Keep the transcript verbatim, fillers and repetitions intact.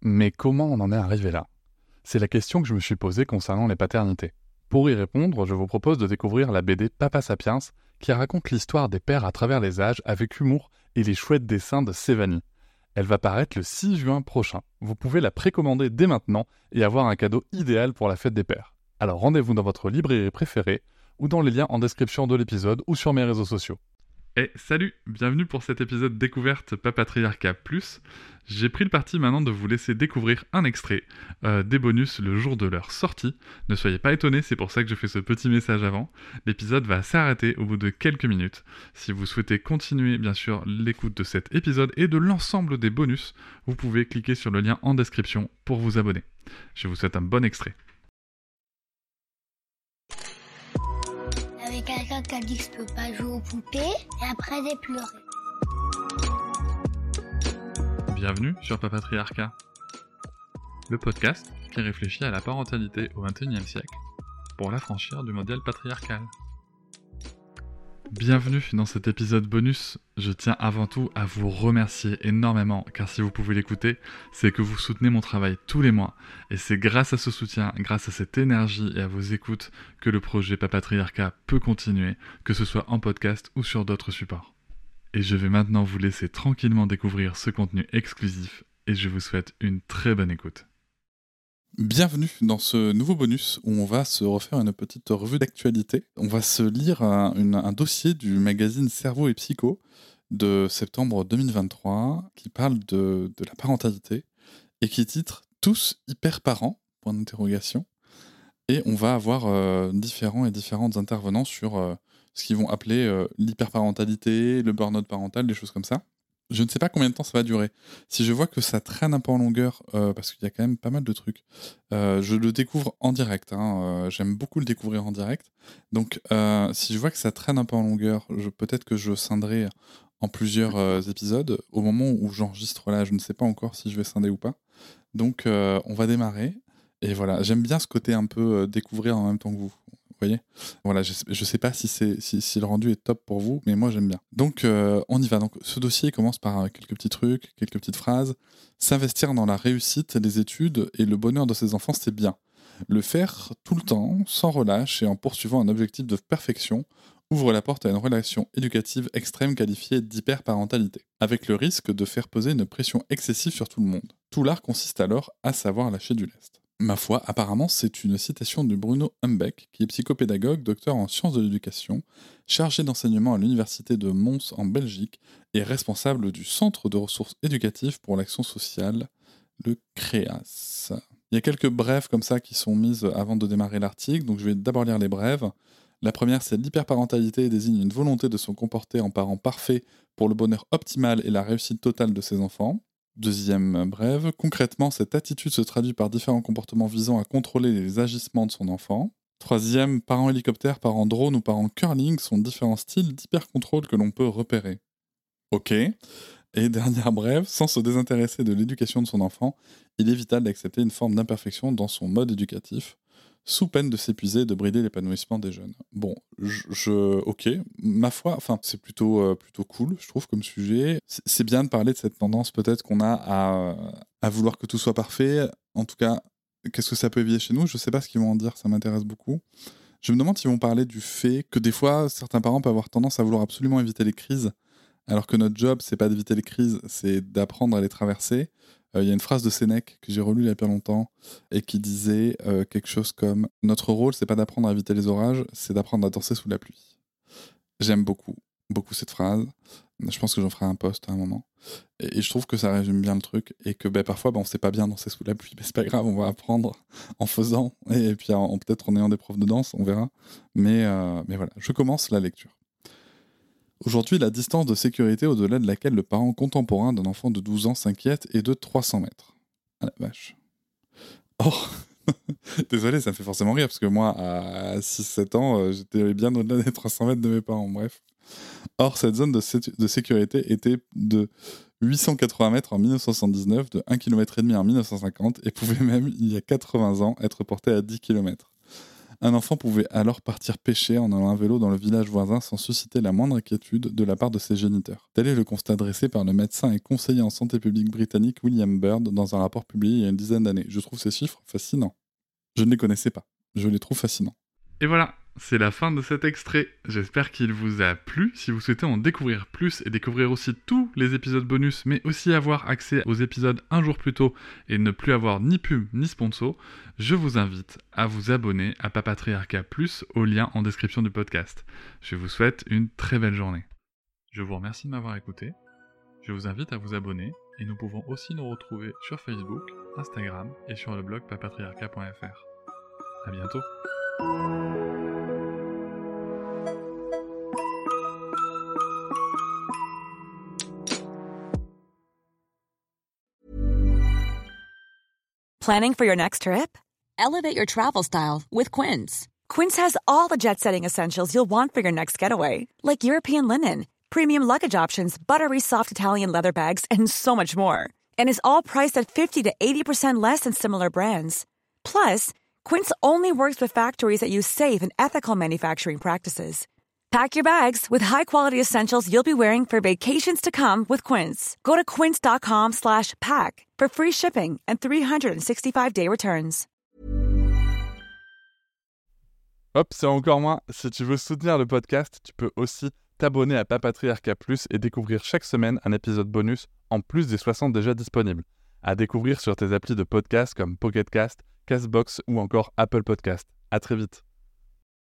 Mais comment on en est arrivé là? C'est la question que je me suis posée concernant les paternités. Pour y répondre, je vous propose de découvrir la B D Papa Sapiens, qui raconte l'histoire des pères à travers les âges avec humour et les chouettes dessins de Sévanie. Elle va paraître le six juin prochain. Vous pouvez la précommander dès maintenant et avoir un cadeau idéal pour la fête des pères. Alors rendez-vous dans votre librairie préférée ou dans les liens en description de l'épisode ou sur mes réseaux sociaux. Et salut, bienvenue pour cet épisode découverte Papatriarcat Plus. J'ai pris le parti maintenant de vous laisser découvrir un extrait euh, des bonus le jour de leur sortie. Ne soyez pas étonnés, c'est pour ça que je fais ce petit message avant. L'épisode va s'arrêter au bout de quelques minutes. Si vous souhaitez continuer bien sûr l'écoute de cet épisode et de l'ensemble des bonus, vous pouvez cliquer sur le lien en description pour vous abonner. Je vous souhaite un bon extrait. Avec quelqu'un qui a dit que je peux pas jouer aux poupées, et après j'ai pleuré. Bienvenue sur Papatriarcat, le podcast qui réfléchit à la parentalité au vingt et unième siècle pour l'affranchir du modèle patriarcal. Bienvenue dans cet épisode bonus. Je tiens avant tout à vous remercier énormément, car si vous pouvez l'écouter, c'est que vous soutenez mon travail tous les mois. Et c'est grâce à ce soutien, grâce à cette énergie et à vos écoutes, que le projet Papatriarcat peut continuer, que ce soit en podcast ou sur d'autres supports. Et je vais maintenant vous laisser tranquillement découvrir ce contenu exclusif, et je vous souhaite une très bonne écoute. Bienvenue dans ce nouveau bonus où on va se refaire une petite revue d'actualité. On va se lire un, une, un dossier du magazine Cerveau et Psycho de septembre deux mille vingt-trois qui parle de, de la parentalité et qui titre « Tous hyper parents ?» point d'interrogation. Et on va avoir euh, différents et différentes intervenants sur euh, ce qu'ils vont appeler euh, l'hyperparentalité, le burn-out parental, des choses comme ça. Je ne sais pas combien de temps ça va durer. Si je vois que ça traîne un peu en longueur, euh, parce qu'il y a quand même pas mal de trucs, euh, je le découvre en direct. Hein, euh, j'aime beaucoup le découvrir en direct. Donc, euh, si je vois que ça traîne un peu en longueur, je, peut-être que je scinderai en plusieurs euh, épisodes. Au moment où j'enregistre là, je ne sais pas encore si je vais scinder ou pas. Donc, euh, on va démarrer. Et voilà, j'aime bien ce côté un peu euh, découvrir en même temps que vous. Vous voyez, voilà, je ne sais pas si, c'est, si, si le rendu est top pour vous, mais moi j'aime bien. Donc euh, on y va. Donc, ce dossier commence par quelques petits trucs, quelques petites phrases. S'investir dans la réussite des études et le bonheur de ses enfants, c'est bien. Le faire tout le temps, sans relâche et en poursuivant un objectif de perfection, ouvre la porte à une relation éducative extrême qualifiée d'hyperparentalité, avec le risque de faire peser une pression excessive sur tout le monde. Tout l'art consiste alors à savoir lâcher du lest. Ma foi, apparemment, c'est une citation de Bruno Humbeck, qui est psychopédagogue, docteur en sciences de l'éducation, chargé d'enseignement à l'université de Mons en Belgique et responsable du Centre de ressources éducatives pour l'action sociale, le CREAS. Il y a quelques brèves comme ça qui sont mises avant de démarrer l'article, donc je vais d'abord lire les brèves. La première, c'est l'hyperparentalité désigne une volonté de se comporter en parent parfait pour le bonheur optimal et la réussite totale de ses enfants. Deuxième brève, concrètement, cette attitude se traduit par différents comportements visant à contrôler les agissements de son enfant. Troisième, parents hélicoptère, parents drone ou parents curling sont différents styles d'hypercontrôle que l'on peut repérer. Ok. Et dernière brève, sans se désintéresser de l'éducation de son enfant, il est vital d'accepter une forme d'imperfection dans son mode éducatif, sous peine de s'épuiser et de brider l'épanouissement des jeunes. Bon, je, je ok, ma foi, enfin, c'est plutôt, euh, plutôt cool, je trouve, comme sujet. C'est, c'est bien de parler de cette tendance peut-être qu'on a à, à vouloir que tout soit parfait. En tout cas, qu'est-ce que ça peut éveiller chez nous? Je sais pas ce qu'ils vont en dire, ça m'intéresse beaucoup. Je me demande s'ils vont parler du fait que des fois, certains parents peuvent avoir tendance à vouloir absolument éviter les crises, alors que notre job, c'est pas d'éviter les crises, c'est d'apprendre à les traverser. Il euh, y a une phrase de Sénèque que j'ai relue il y a pas longtemps et qui disait euh, quelque chose comme « Notre rôle, c'est pas d'apprendre à éviter les orages, c'est d'apprendre à danser sous la pluie ». J'aime beaucoup, beaucoup cette phrase. Je pense que j'en ferai un post à un moment. Et, et je trouve que ça résume bien le truc et que ben, parfois, ben, on sait pas bien danser sous la pluie, mais c'est pas grave, on va apprendre en faisant et, et puis en, peut-être en ayant des profs de danse, on verra. Mais, euh, mais voilà, je commence la lecture. Aujourd'hui, la distance de sécurité au-delà de laquelle le parent contemporain d'un enfant de douze ans s'inquiète est de trois cents mètres. Ah la vache. Oh désolé, ça me fait forcément rire, parce que moi, à six sept ans, euh, j'étais bien au-delà des trois cents mètres de mes parents, bref. Or, cette zone de, sé- de sécurité était de huit cent quatre-vingts mètres en dix-neuf cent soixante-dix-neuf, de un virgule cinq kilomètres en dix-neuf cent cinquante, et pouvait même, il y a quatre-vingts ans, être portée à dix kilomètres. Un enfant pouvait alors partir pêcher en allant à vélo dans le village voisin sans susciter la moindre inquiétude de la part de ses géniteurs. Tel est le constat dressé par le médecin et conseiller en santé publique britannique William Bird dans un rapport publié il y a une dizaine d'années. Je trouve ces chiffres fascinants. Je ne les connaissais pas. Je les trouve fascinants. Et voilà, c'est la fin de cet extrait. J'espère qu'il vous a plu. Si vous souhaitez en découvrir plus et découvrir aussi tous les épisodes bonus, mais aussi avoir accès aux épisodes un jour plus tôt et ne plus avoir ni pub ni sponsor, je vous invite à vous abonner à Papatriarcat Plus au lien en description du podcast. Je vous souhaite une très belle journée. Je vous remercie de m'avoir écouté. Je vous invite à vous abonner et nous pouvons aussi nous retrouver sur Facebook, Instagram et sur le blog papatriarcat point f r. À bientôt. Planning for your next trip? Elevate your travel style with Quince. Quince has all the jet-setting essentials you'll want for your next getaway, like European linen, premium luggage options, buttery soft Italian leather bags, and so much more. And is all priced at fifty to eighty percent less than similar brands. Plus, Quince only works with factories that use safe and ethical manufacturing practices. Pack your bags with high-quality essentials you'll be wearing for vacations to come with Quince. Go to quince.com slash pack for free shipping and three sixty-five day returns. Hop, c'est encore moins. Si tu veux soutenir le podcast, tu peux aussi t'abonner à Papatriarcat Plus et découvrir chaque semaine un épisode bonus en plus des soixante déjà disponibles. À découvrir sur tes applis de podcast comme Pocket Cast, Castbox ou encore Apple Podcast. À très vite.